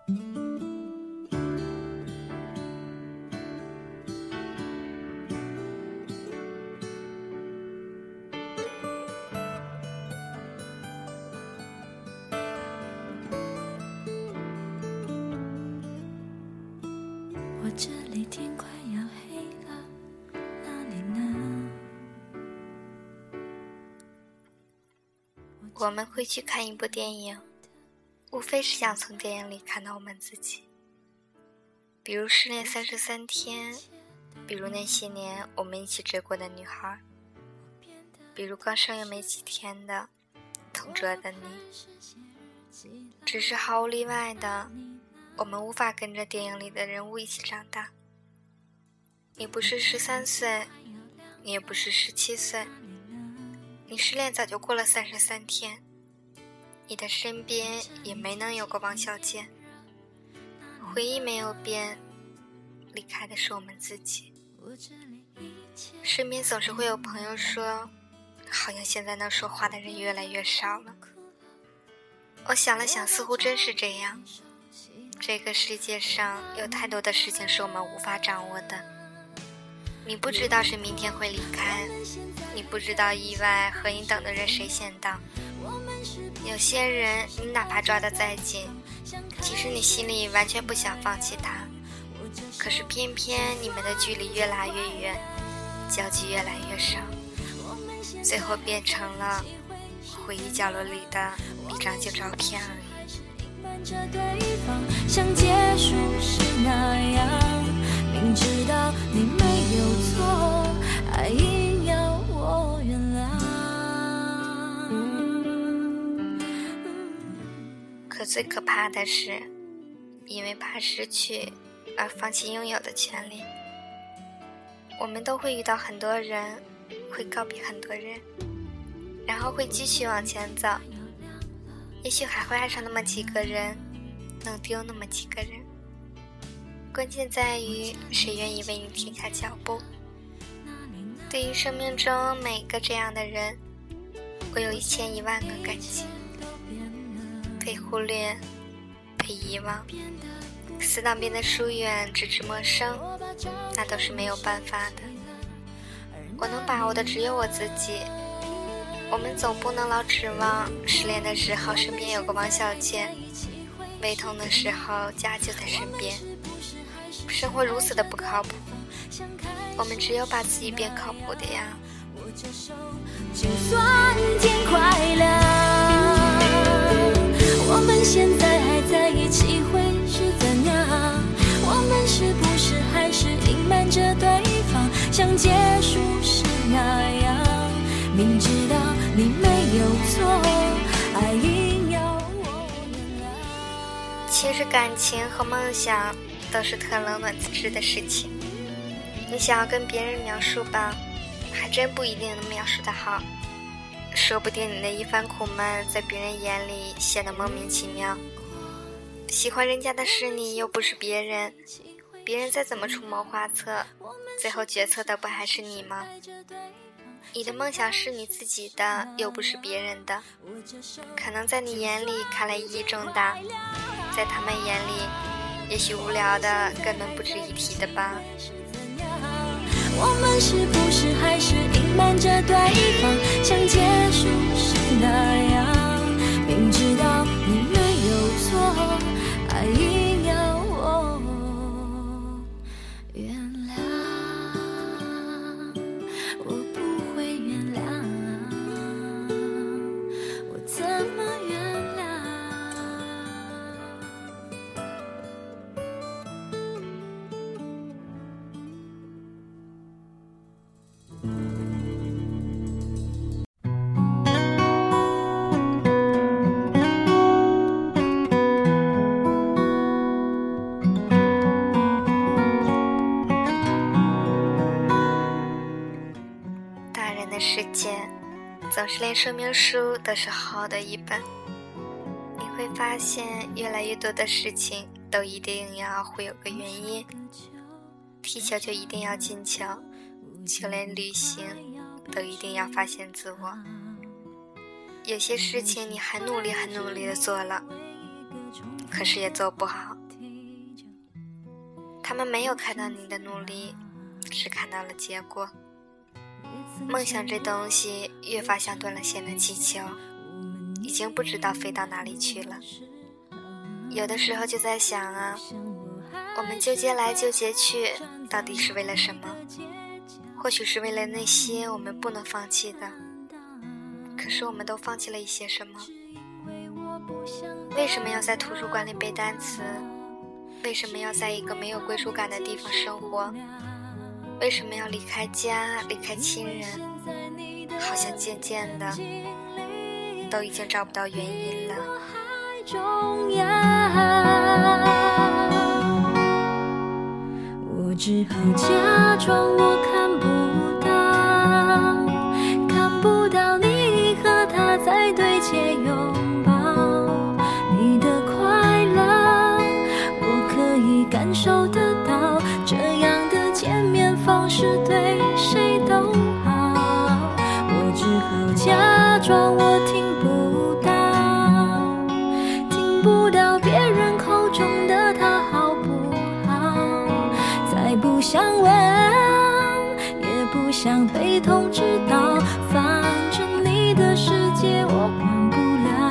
我这里天快要黑了，那里呢？ 我们会去看一部电影，无非是想从电影里看到我们自己，比如失恋33天，比如那些年我们一起追过的女孩，比如刚上映没几天的同桌的你。只是毫无例外的，我们无法跟着电影里的人物一起长大。你不是13岁，你也不是17岁，你失恋早就过了33天，你的身边也没能有个王小贱。回忆没有变，离开的是我们自己。身边总是会有朋友说，好像现在能说话的人越来越少了。我想了想，似乎真是这样。这个世界上有太多的事情是我们无法掌握的。你不知道谁明天会离开，你不知道意外和你等的人谁先到。有些人你哪怕抓得再紧，其实你心里完全不想放弃他，可是偏偏你们的距离越拉越远，交集越来越少，最后变成了回忆角落里的一张旧照片而已。 着对方像结束时那样，明知道你没有错，还硬要我原谅。 可最可怕的是，因为怕失去而放弃拥有的权利。我们都会遇到很多人，会告别很多人，然后会继续往前走，也许还会爱上那么几个人，能丢那么几个人。关键在于谁愿意为你停下脚步。对于生命中每个这样的人，我有1000、10000个感激。被忽略，被遗忘，死党变得疏远，直至陌生，那都是没有办法的。我能把握的只有我自己。我们总不能老指望失恋的时候身边有个王小贱，胃痛的时候家就在身边。生活如此的不靠谱，我们只有把自己变靠谱的呀。 就算天快亮，我们现在还在一起会是怎样？我们是不是还是隐瞒着对方，像结束时那样？明知道你没有错，还硬要我原谅。 其实感情和梦想都是特冷暖自知的事情。你想要跟别人描述吧，还真不一定能描述得好。说不定你的一番苦闷在别人眼里显得莫名其妙。喜欢人家的是你，又不是别人，别人再怎么出谋划策，最后决策的不还是你吗？你的梦想是你自己的，又不是别人的，可能在你眼里看来意义重大，在他们眼里也许无聊的根本不值一提的吧。 我们是不是还是隐瞒着对方，像结束时那样？明知道你没有错，还硬要我原谅。我不会原谅，我怎么原谅？ 大人的世界总是连说明书都是厚厚的一本，你会发现越来越多的事情都一定要会有个原因。踢球就一定要进球，就连旅行都一定要发现自我。有些事情你很努力的做了， 可是也做不好。他们没有看到你的努力，只看到了结果。梦想这东西越发像断了线的气球，已经不知道飞到哪里去了。有的时候就在想啊，我们纠结来纠结去，到底是为了什么？或许是为了那些我们不能放弃的，可是我们都放弃了一些什么？为什么要在图书馆里背单词？为什么要在一个没有归属感的地方生活？为什么要离开家，离开亲人？好像渐渐的都已经找不到原因了。 我只好假装我看不到，看不到你和他在对街拥抱，你的快乐我可以感受得到，这样的见面方式对谁都好。我只好假装我听不到别人口中的他好不好，再不想问，也不想被通知到，反正你的世界我管不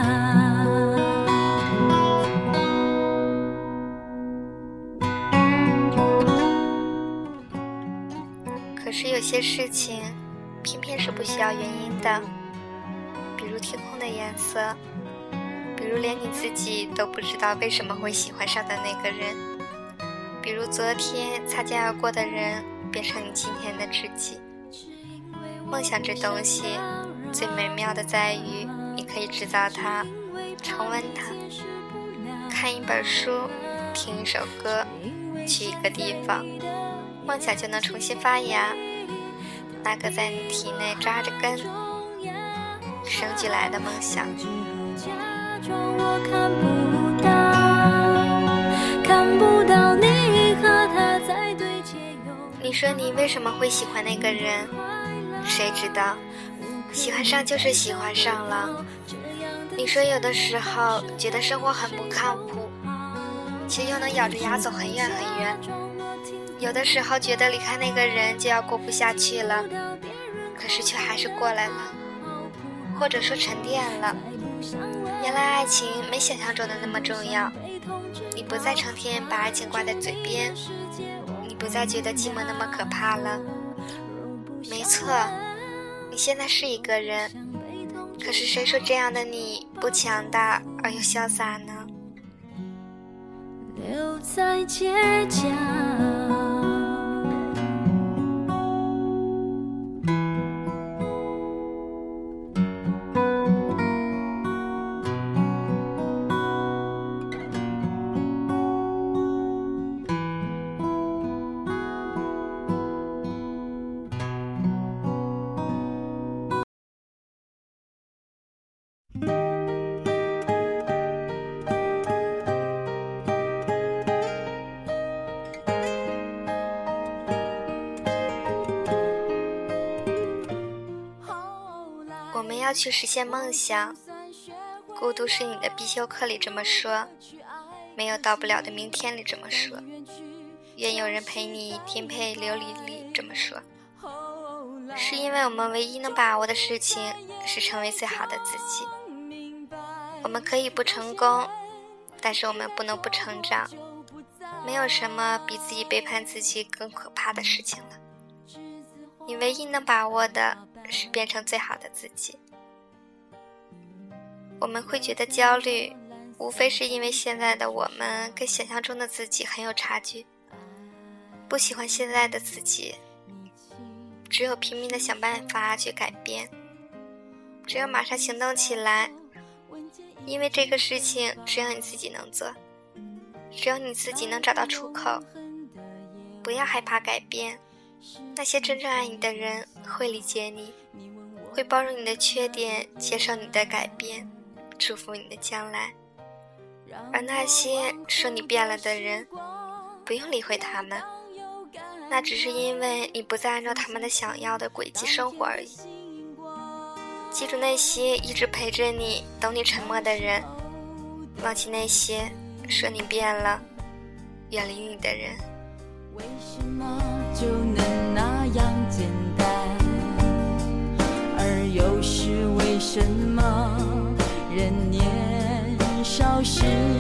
了。可是有些事情偏偏是不需要原因的，比如天空的颜色，比如连你自己都不知道为什么会喜欢上的那个人，比如昨天擦肩而过的人变成你今天的知己。梦想这东西最美妙的在于你可以制造它，重温它，看一本书，听一首歌，去一个地方，梦想就能重新发芽，那个在你体内扎着根生俱来的梦想。你说你为什么会喜欢那个人？谁知道，喜欢上就是喜欢上了。你说有的时候觉得生活很不靠谱，却又能咬着牙走很远很远。有的时候觉得离开那个人就要过不下去了，可是却还是过来了，或者说沉淀了。原来爱情没想象中的那么重要，你不再成天把爱情挂在嘴边，你不再觉得寂寞那么可怕了。没错，你现在是一个人，可是谁说这样的你不强大而又潇洒呢？ 留在街角， 我们要去实现梦想，孤独是你的必修课里这么说，没有到不了的明天里这么说，愿有人陪你颠沛流离里这么说。是因为我们唯一能把握的事情是成为最好的自己。我们可以不成功，但是我们不能不成长。没有什么比自己背叛自己更可怕的事情了。你唯一能把握的是变成最好的自己。我们会觉得焦虑，无非是因为现在的我们跟想象中的自己很有差距，不喜欢现在的自己，只有拼命的想办法去改变，只有马上行动起来，因为这个事情只有你自己能做，只有你自己能找到出口。不要害怕改变，那些真正爱你的人会理解你，会包容你的缺点，接受你的改变，祝福你的将来。而那些说你变了的人，不用理会他们，那只是因为你不再按照他们的想要的轨迹生活而已。记住那些一直陪着你懂你沉默的人，忘记那些说你变了，远离你的人。 为什么就能那样简单？而又是为什么人年少时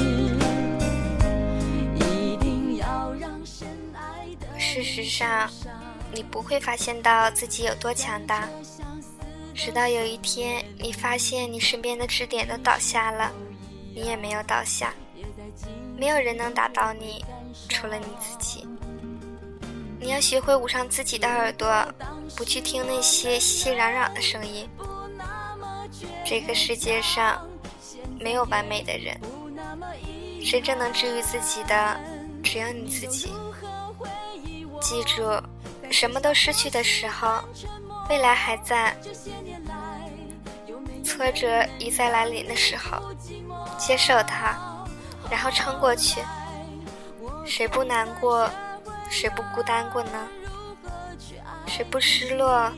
一定要让深爱的？ 事实上，你不会发现到自己有多强大，直到有一天你发现你身边的支点都倒下了，你也没有倒下，没有人能打倒你，除了你自己。你要学会捂上自己的耳朵，不去听那些熙熙攘攘的声音。这个世界上没有完美的人，真正能治愈自己的只有你自己。记住，什么都失去的时候，未来还在；挫折一再来临的时候，接受它，然后撑过去。谁不难过，谁不孤单过呢？谁不失落，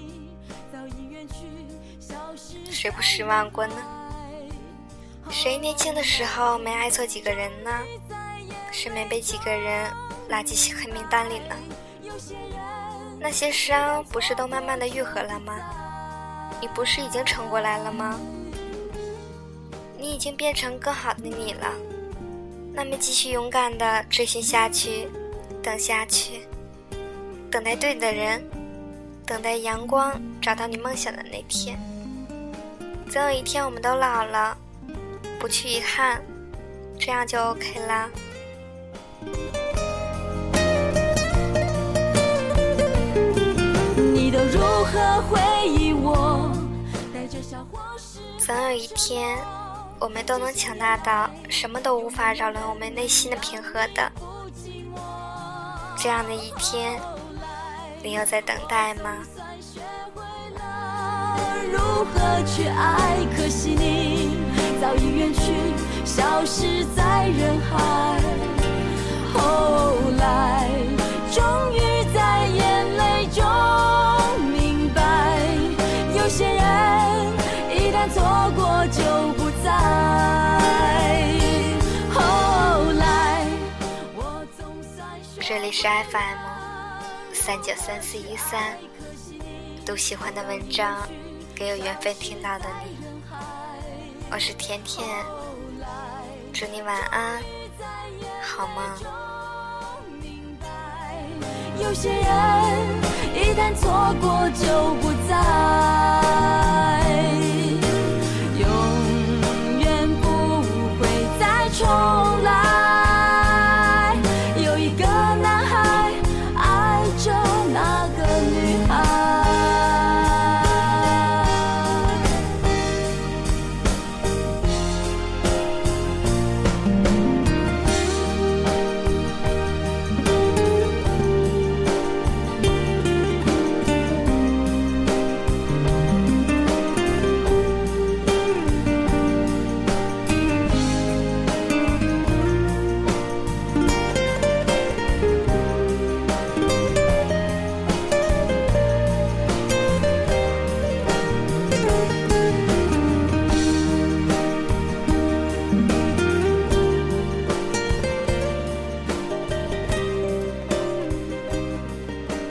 谁不失望过呢？谁年轻的时候没爱错几个人呢？谁没被几个人拉进黑名单里呢？那些伤不是都慢慢的愈合了吗？你不是已经撑过来了吗？你已经变成更好的你了，那么继续勇敢的追寻下去，等下去，等待对的人，等待阳光找到你梦想的那天。总有一天我们都老了，不去遗憾，这样就 OK 啦。 你都如何回忆我？ 总有一天我们都能强大到什么都无法扰乱我们内心的平和的。这样的一天，你有在等待吗？ 如何去爱？可惜你早已远去，消失在人海。后来终于在眼泪中明白，有些人一旦错过就不在。后来我总算这里是 FM 393413，读喜欢的文章给有缘分听到的你。我是甜甜，祝你晚安，好梦。 有些人一旦错过就不在。